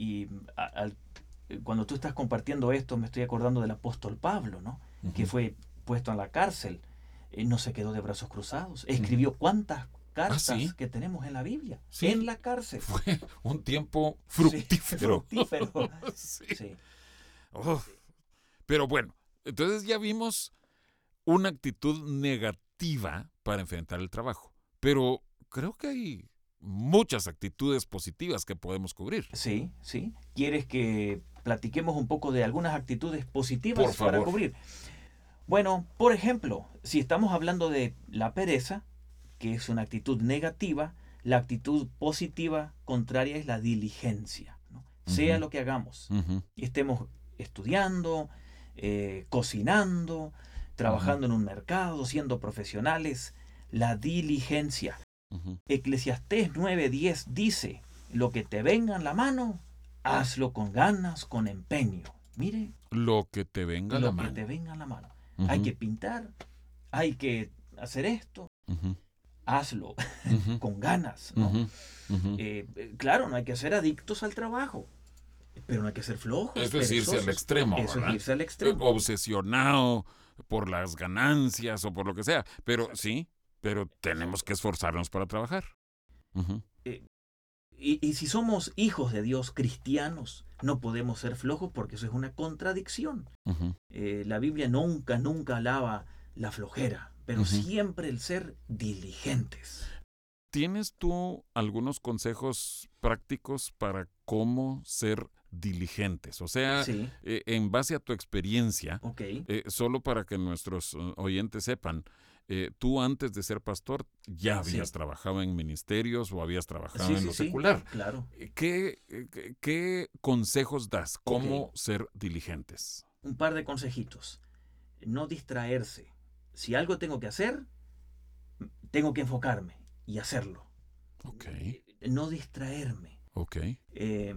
Cuando tú estás compartiendo esto, me estoy acordando del apóstol Pablo, ¿no? Que fue puesto en la cárcel. No se quedó de brazos cruzados. Escribió cuántas cartas que tenemos en la Biblia. Sí. En la cárcel. Fue un tiempo fructífero. Fructífero. Sí. Pero bueno, Entonces ya vimos una actitud negativa para enfrentar el trabajo, pero creo que hay muchas actitudes positivas que podemos cubrir. Sí, sí. ¿Quieres que platiquemos un poco de algunas actitudes positivas Por favor. para cubrir? Bueno, por ejemplo, si estamos hablando de la pereza, que es una actitud negativa, la actitud positiva contraria es la diligencia, ¿no? Sea Ujú. lo que hagamos, Ujú, estemos estudiando, cocinando, trabajando en un mercado, siendo profesionales, la diligencia. ujú. Eclesiastés 9:10 dice, lo que te venga en la mano, hazlo con ganas, con empeño. Mire, Lo que te venga a la lo que mano. te venga en la mano. Ujú, Hay que pintar, hay que hacer esto, ujú, hazlo ujú, con ganas, ¿no? ujú, ujú. Claro, no hay que ser adictos al trabajo, pero no hay que ser flojos. Eso es irse al perezosos. extremo, Eso ¿verdad? es irse al extremo. Obsesionado por las ganancias o por lo que sea. Pero sí, pero tenemos que esforzarnos para trabajar. Ujú, Y si somos hijos de Dios cristianos, no podemos ser flojos porque eso es una contradicción. ujú. La Biblia nunca, nunca alaba la flojera, pero Ujú. siempre el ser diligentes. ¿Tienes tú algunos consejos prácticos para cómo ser diligentes? O sea, Sí, en base a tu experiencia, ok. solo para que nuestros oyentes sepan, tú antes de ser pastor ya habías Sí. trabajado en ministerios o habías trabajado Sí, en sí, lo sí, secular. claro. ¿Qué consejos das? ¿Cómo Ok. ser diligentes? Un par de consejitos. No distraerse. Si algo tengo que hacer, tengo que enfocarme y hacerlo. Ok, No distraerme. ok. Eh,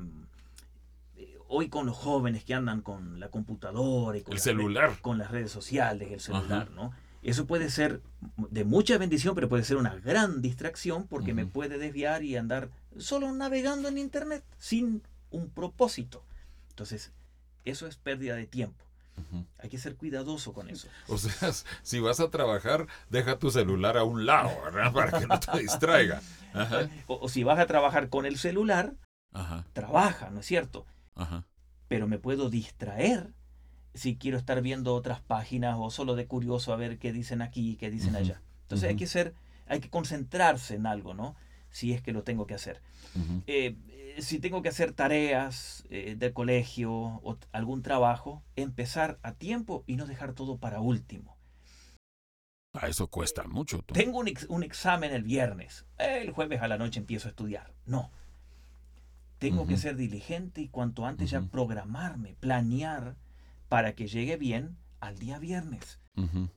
Hoy con los jóvenes que andan con la computadora y con El las celular. con las redes sociales, el celular, Ajá. ¿no? Eso puede ser de mucha bendición, pero puede ser una gran distracción porque me Ujú. puede desviar y andar solo navegando en internet sin un propósito. Entonces, eso es pérdida de tiempo. Ujú. Hay que ser cuidadoso con eso. O sea, si vas a trabajar, deja tu celular a un lado, ¿verdad? Para que no te distraiga. Ajá, O si vas a trabajar con el celular, ajá, trabaja, ¿no es cierto? ajá. Pero me puedo distraer si quiero estar viendo otras páginas o solo de curioso a ver qué dicen aquí y qué dicen Ujú, allá. Entonces ujú. hay que concentrarse en algo, ¿no? Si es que lo tengo que hacer. Ujú. Si tengo que hacer tareas de colegio o algún trabajo, empezar a tiempo y no dejar todo para último. Eso cuesta mucho, tú. Tengo un examen el viernes, el jueves a la noche empiezo a estudiar. No, tengo que Ujú. ser diligente y cuanto antes ya Ujú. programarme, planear para que llegue bien al día viernes. Ujú.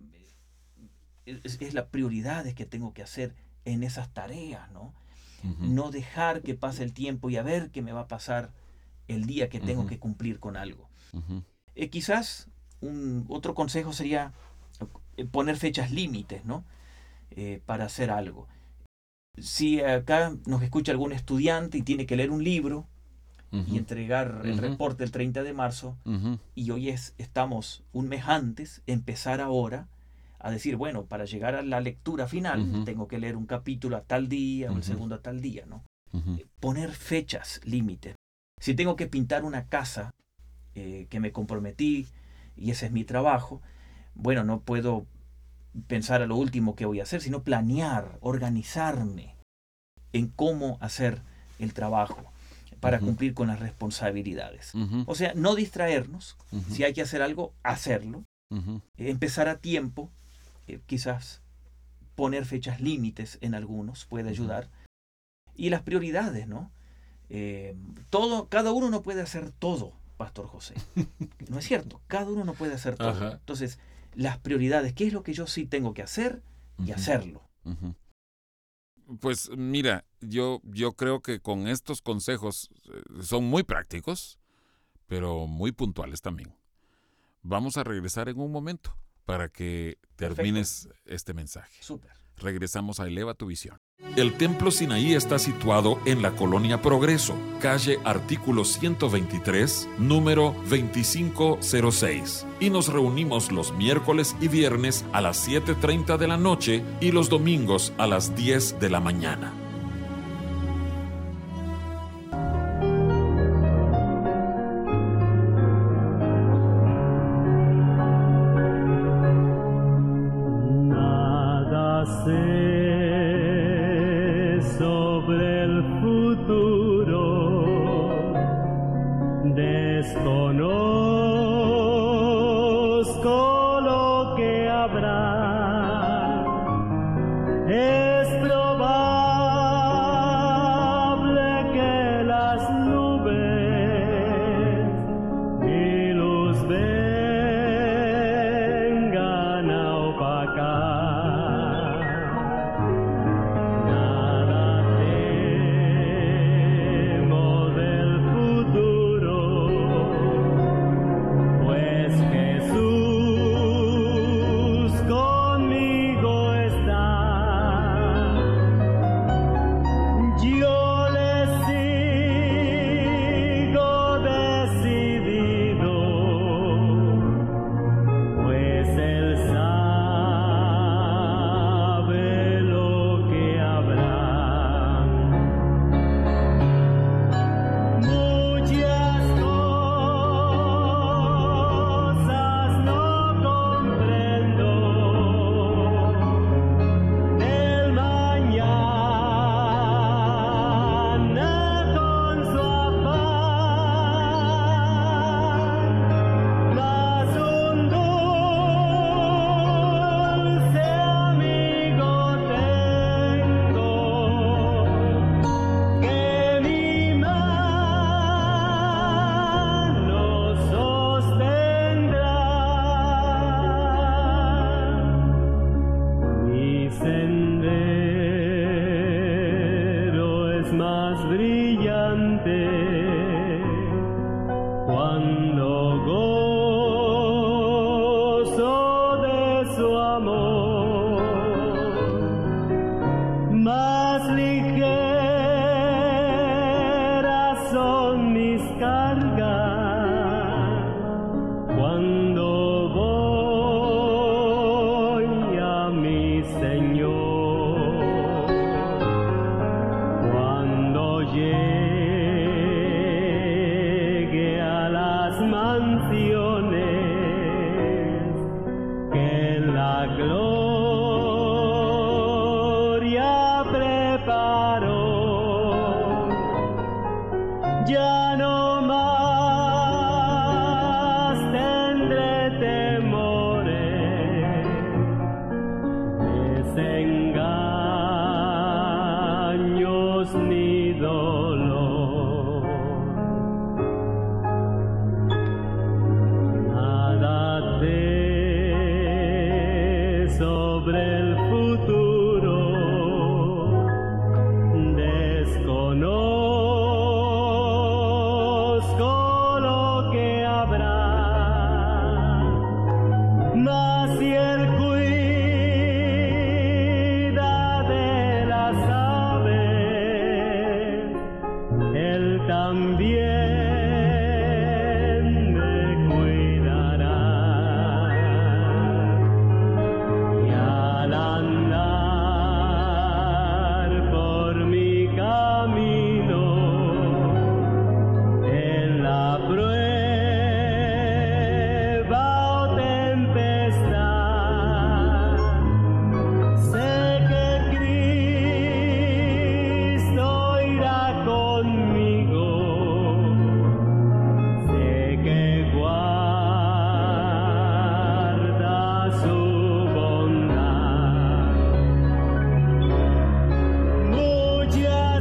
Es la prioridad que tengo que hacer en esas tareas, ¿no? Ujú. No dejar que pase el tiempo y a ver qué me va a pasar el día que tengo Ujú. que cumplir con algo. Ujú. Quizás otro consejo sería poner fechas límites, ¿no? Para hacer algo. Si acá nos escucha algún estudiante y tiene que leer un libro y Ujú. entregar el Ujú. reporte el 30 de marzo, Ujú. y hoy estamos un mes antes, empezar ahora a decir, bueno, para llegar a la lectura final, Ujú. tengo que leer un capítulo a tal día o el Ujú. segundo a tal día, ¿no? Ujú. Poner fechas límites. Si tengo que pintar una casa que me comprometí y ese es mi trabajo, bueno, no puedo pensar a lo último que voy a hacer, sino planear, organizarme en cómo hacer el trabajo para Ujú. cumplir con las responsabilidades. Ujú. O sea, no distraernos. Ujú. Si hay que hacer algo, hacerlo. Ujú. Empezar a tiempo, quizás poner fechas límites en algunos puede ayudar. Y las prioridades, ¿no? Cada uno no puede hacer todo, Pastor José. ¿No es cierto? Cada uno no puede hacer todo. Ajá. Entonces, las prioridades, ¿qué es lo que yo sí tengo que hacer y Ujú. hacerlo? Ujú. Pues mira, yo creo que con estos consejos son muy prácticos, pero muy puntuales también. Vamos a regresar en un momento para que termines este mensaje. Súper. Regresamos a Eleva tu Visión. El Templo Sinaí está situado en la Colonia Progreso, calle Artículo 123, número 2506. Y nos reunimos los miércoles y viernes a las 7:30 de la noche y los domingos a las 10 de la mañana. sé sobre el futuro, desconozco lo que habrá. Es probable que las nubes y luz vengan a opacar. Nada temo del futuro, pues Jesús conmigo está. Yo le sigo decidido, pues Él sabe lo que habrá. Muchas cosas no comprendo del mañana con su afán, mas un dulce amigo tengo que mi mano sostendrá. Mi sendero es más brillante cuando gozo de su amor. Más ligeras son mis cargas cuando voy a mi Señor. Cuando llegue a las mansiones que la gloria preparó, ya no más tendré temores, desengaños ni dolor. Nada sé sobre el futuro, desconozco lo que habrá, mas si Él cuida de las aves, Él también me cuidará. Y al andar por mi camino en la prueba o tempestad, sé que Cristo irá conmigo, sé que guarda su bondad. Muchas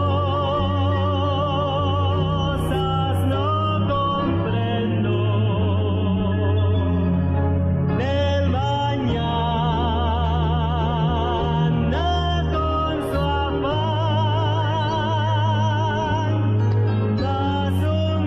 cosas no comprendo del mañana con su afán, mas un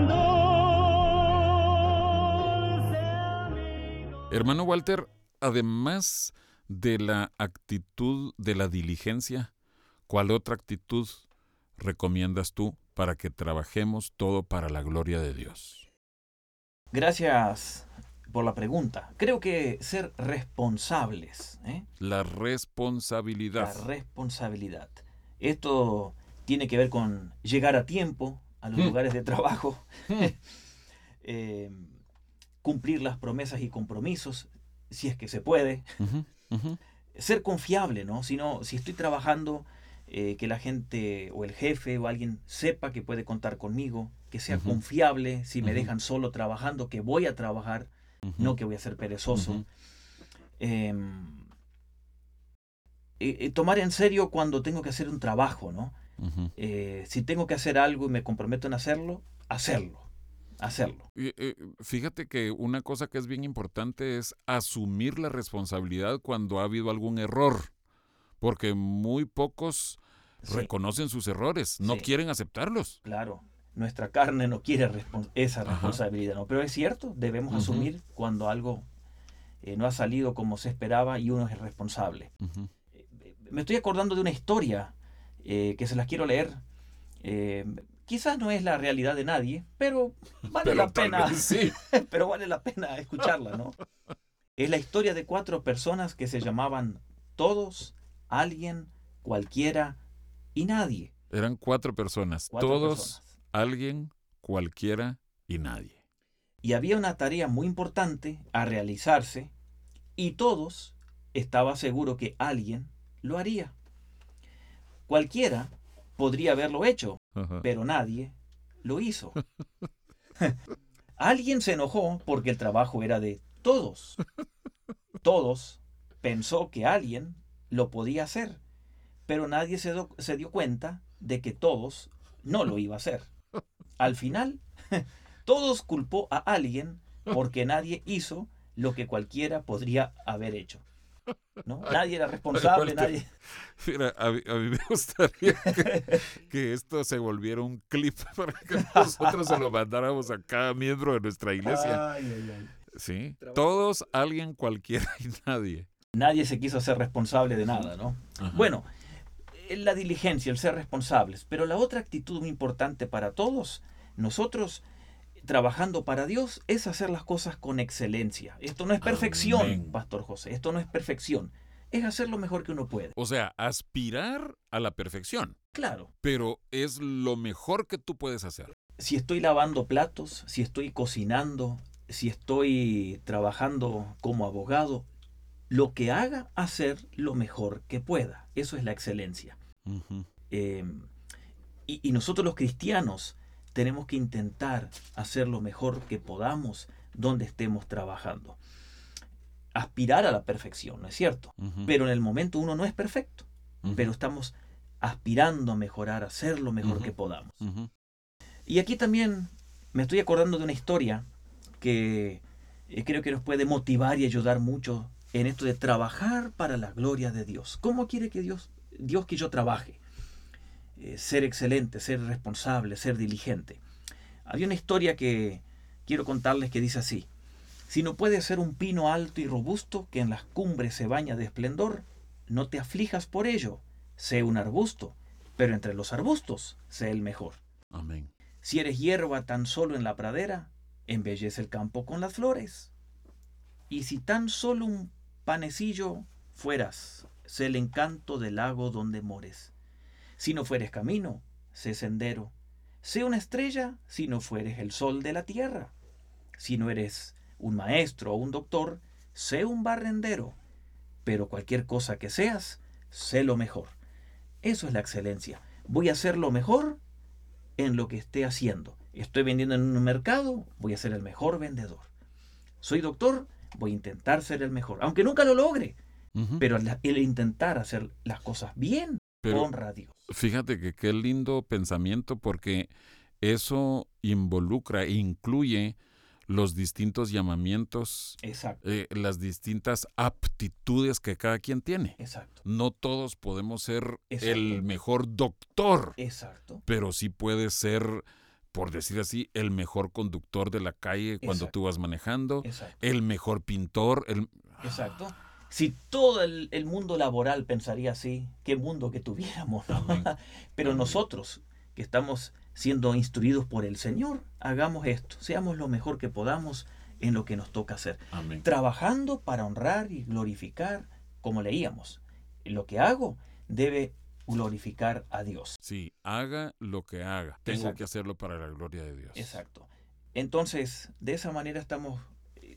dulce amigo. Hermano Walter, además de la actitud de la diligencia, ¿cuál otra actitud recomiendas tú para que trabajemos todo para la gloria de Dios? Gracias por la pregunta. Creo que ser responsables, La responsabilidad. la responsabilidad. Esto tiene que ver con llegar a tiempo a los lugares de trabajo, cumplir las promesas y compromisos, si es que se puede, Ujú, ujú. ser confiable, ¿no? Si estoy trabajando, que la gente o el jefe o alguien sepa que puede contar conmigo, que sea Ujú. confiable, si me Ujú. dejan solo trabajando, que voy a trabajar, Ujú. no que voy a ser perezoso. Ujú. Em, tomar en serio cuando tengo que hacer un trabajo, ¿no? Ujú. Si tengo que hacer algo y me comprometo en hacerlo, hacerlo. Fíjate que una cosa que es bien importante es asumir la responsabilidad cuando ha habido algún error, porque muy pocos Sí, reconocen sus errores, no sí, quieren aceptarlos. claro. Nuestra carne no quiere esa Ajá. responsabilidad, ¿no? Pero es cierto, debemos Ujú. asumir cuando algo no ha salido como se esperaba y uno es el responsable. Ujú. Me estoy acordando de una historia que se las quiero leer. Eh, Quizás no es la realidad de nadie, pero vale Pero la tal pena, vez sí. pero vale la pena escucharla, ¿no? Es la historia de 4 personas que se llamaban todos, alguien, cualquiera y nadie. Eran 4 personas, 4 todos, personas. alguien, cualquiera y nadie. Y había una tarea muy importante a realizarse y todos estaba seguro que alguien lo haría. Cualquiera podría haberlo hecho, Ajá. pero nadie lo hizo. Alguien se enojó porque el trabajo era de todos. Todos pensó que alguien lo podía hacer, pero nadie se dio cuenta de que todos no lo iba a hacer. Al final, todos culpó a alguien porque nadie hizo lo que cualquiera podría haber hecho. ¿No? Ay, Nadie era ay, responsable, Walter, nadie. mira, a mí me gustaría que esto se volviera un clip para que nosotros se lo mandáramos a cada miembro de nuestra iglesia. Ay, ay, ay. Sí, todos, alguien, cualquiera y nadie. Nadie se quiso hacer responsable de nada, ¿no? Ajá. Bueno, la diligencia, el ser responsables, pero la otra actitud muy importante para todos, nosotros trabajando para Dios, es hacer las cosas con excelencia. Esto no es perfección, Amén. Pastor José, esto no es perfección, es hacer lo mejor que uno puede. O sea, aspirar a la perfección, Claro, pero es lo mejor que tú puedes hacer. si estoy lavando platos, si estoy cocinando, si estoy trabajando como abogado, lo que haga, hacer lo mejor que pueda. Eso es la excelencia. Ujú. Eh, y nosotros los cristianos tenemos que intentar hacer lo mejor que podamos donde estemos trabajando. Aspirar a la perfección, ¿no es cierto? Ujú. Pero en el momento uno no es perfecto, Ujú. pero estamos aspirando a mejorar, a hacer lo mejor Ujú. que podamos. Ujú. Y aquí también me estoy acordando de una historia que creo que nos puede motivar y ayudar mucho en esto de trabajar para la gloria de Dios. ¿Cómo quiere que Dios que yo trabaje? Ser excelente, ser responsable, ser diligente. Había una historia que quiero contarles que dice así: si no puedes ser un pino alto y robusto que en las cumbres se baña de esplendor, no te aflijas por ello, sé un arbusto, pero entre los arbustos sé el mejor. Amén. Si eres hierba tan solo en la pradera, embellece el campo con las flores. Y si tan solo un panecillo fueras, sé el encanto del lago donde mores. Si no fueres camino, sé sendero. Sé una estrella si no fueres el sol de la tierra. Si no eres un maestro o un doctor, sé un barrendero. Pero cualquier cosa que seas, sé lo mejor. Eso es la excelencia. Voy a hacer lo mejor en lo que esté haciendo. Estoy vendiendo en un mercado, voy a ser el mejor vendedor. Soy doctor, voy a intentar ser el mejor. Aunque nunca lo logre, Ujú. pero el intentar hacer las cosas bien Pero honra a Dios. fíjate que qué lindo pensamiento, porque eso involucra e incluye los distintos llamamientos, Exacto, las distintas aptitudes que cada quien tiene. exacto, No todos podemos ser Exacto. el mejor doctor, exacto, pero sí puedes ser, por decir así, el mejor conductor de la calle cuando Exacto. tú vas manejando, exacto, el mejor pintor, exacto. Si todo el mundo laboral pensaría así, qué mundo que tuviéramos, ¿no? Amén. Pero Amén. nosotros, que estamos siendo instruidos por el Señor, hagamos esto, seamos lo mejor que podamos en lo que nos toca hacer. Amén. Trabajando para honrar y glorificar, como leíamos. Lo que hago debe glorificar a Dios. Sí, haga lo que haga. Tengo Exacto. que hacerlo para la gloria de Dios. Exacto. Entonces, de esa manera estamos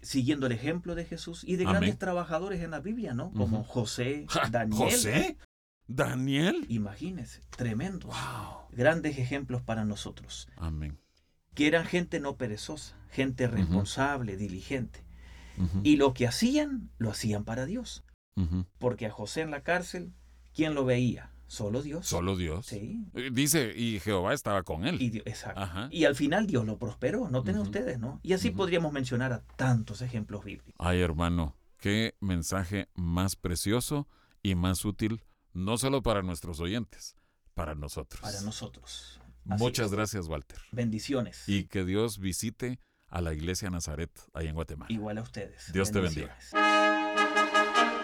siguiendo el ejemplo de Jesús y de Amén. grandes trabajadores en la Biblia, ¿no? Como Ujú. José, Ja, Daniel. ¿José? ¿Daniel? Imagínense, tremendos. Wow. Grandes ejemplos para nosotros. Amén. Que eran gente no perezosa, gente responsable, diligente. Ujú, Y lo que hacían, lo hacían para Dios. ujú. Porque a José en la cárcel, ¿quién lo veía? Solo Dios. Solo Dios. Sí. Dice, y Jehová estaba con él. Exacto. Ajá. Y al final Dios lo prosperó, noten Ujú. ustedes, ¿no? Y así Ujú. podríamos mencionar a tantos ejemplos bíblicos. Ay, hermano, qué mensaje más precioso y más útil, no solo para nuestros oyentes, para nosotros. Para nosotros. Así Muchas es. gracias, Walter. Bendiciones. Y que Dios visite a la Iglesia Nazaret ahí en Guatemala. Igual a ustedes. Dios te bendiga. Bendiciones.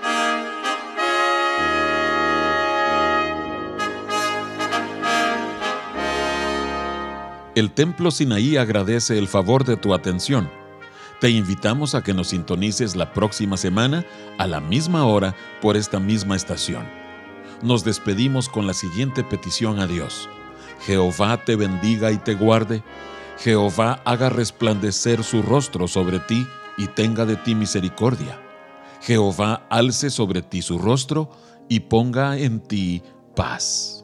El Templo Sinaí agradece el favor de tu atención. Te invitamos a que nos sintonices la próxima semana a la misma hora por esta misma estación. Nos despedimos con la siguiente petición a Dios. Jehová te bendiga y te guarde. Jehová haga resplandecer su rostro sobre ti y tenga de ti misericordia. Jehová alce sobre ti su rostro y ponga en ti paz.